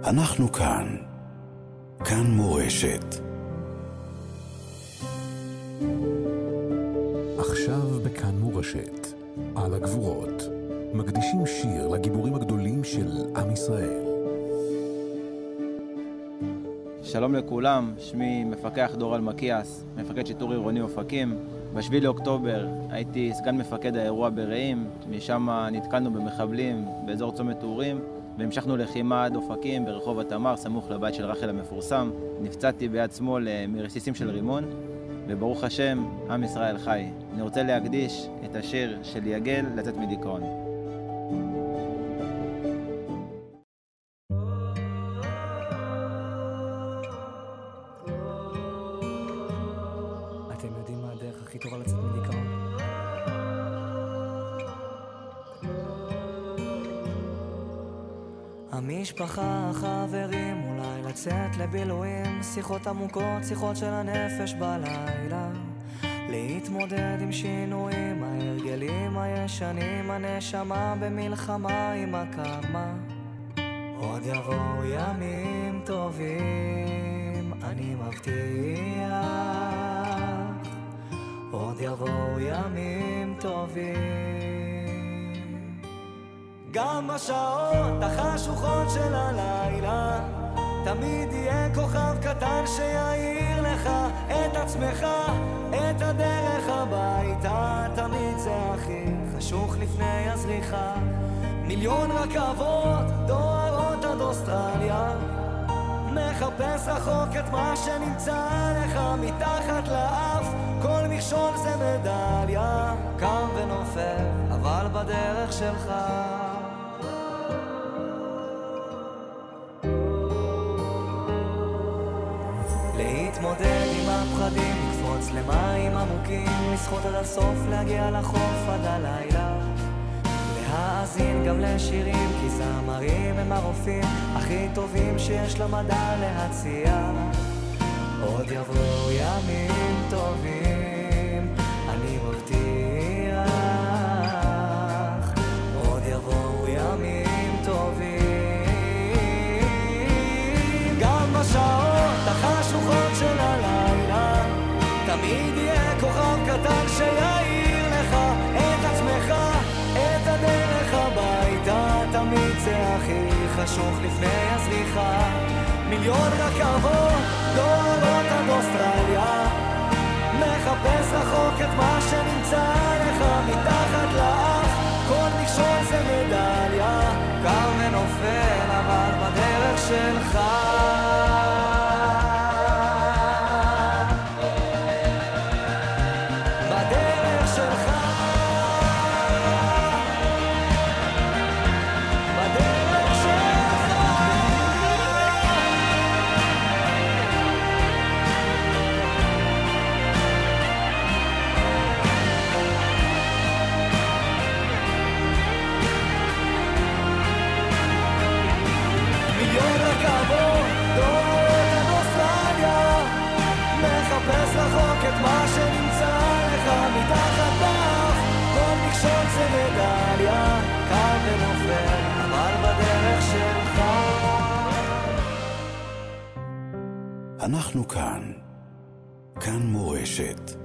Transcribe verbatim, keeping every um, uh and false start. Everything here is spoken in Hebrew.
אנחנו כאן. כאן מורשת. עכשיו בכאן מורשת. על הגבורות. מקדישים שיר לגיבורים הגדולים של עם ישראל. שלום לכולם, שמי מפקח דור אלמקיאס, מפקד שיטור עירוני אופקים. בשביעי לאוקטובר הייתי סגן מפקד האירוע ברעים, משם נתקלנו במחבלים באזור צומת טורים, והמשכנו לחימה עד אופקים ברחוב התמר, סמוך לבית של רחל המפורסם. נפצעתי ביד שמאל מרסיסים של רימון, וברוך השם, עם ישראל חי. אני רוצה להקדיש את השיר של יגל, לצאת מדיכאון. אתם יודעים מה הדרך הכי טובה לצאת מדיכאון? המשפחה, החברים, אולי לצאת לבילויים, שיחות עמוקות, שיחות של הנפש בלילה, להתמודד עם שינויים, ההרגלים הישנים, הנשמה במלחמה עם הקרמה. עוד יבואו ימים טובים, אני מבטיח, עוד יבואו ימים טובים. גם בשעות החשוכות של הלילה תמיד יהיה כוכב קטן שיעיר לך את עצמך, את הדרך הביתה. תמיד זה הכי חשוך לפני הזריחה. מיליון רכבות דוהרות עד אוסטרליה, מחפש רחוק את מה שנמצא לך מתחת לאף. כל מכשול זה מדליה, קם ונופל אבל בדרך שלך. להתמודד עם הפחדים, לקפוץ למים עמוקים, לשחות עד הסוף, להגיע לחוף עד הלילה, להאזין גם לשירים, כי זמרים הם הרופאים הכי טובים שיש למדע להציע. עוד יבואו ימים טובים, אני מבטיח, עוד יבואו ימים טובים. גם בשעות החשוכות של הלילה תמיד יהיה כוכב קטן שיעיר לך את עצמך, את הדרך הביתה. תמיד זה הכי חשוך לפני הזריחה. מיליון רכבות דוהרות עד אוסטרליה, מחפש רחוק את מה שנמצא לך מתחת לאף. כל מכשול זה מדליה, קם ונופל אבל בדרך שלך. בדרך שלך, בדרך שלך. מיליון רכבות דוהרות עד אוסטרליה, מחפש רחוק את מה שנמצא לך מתחת לאף. כל מכשול זה מדליה, קם ונופל אבל בדרך שלך. אנחנו כאן. כאן מורשת.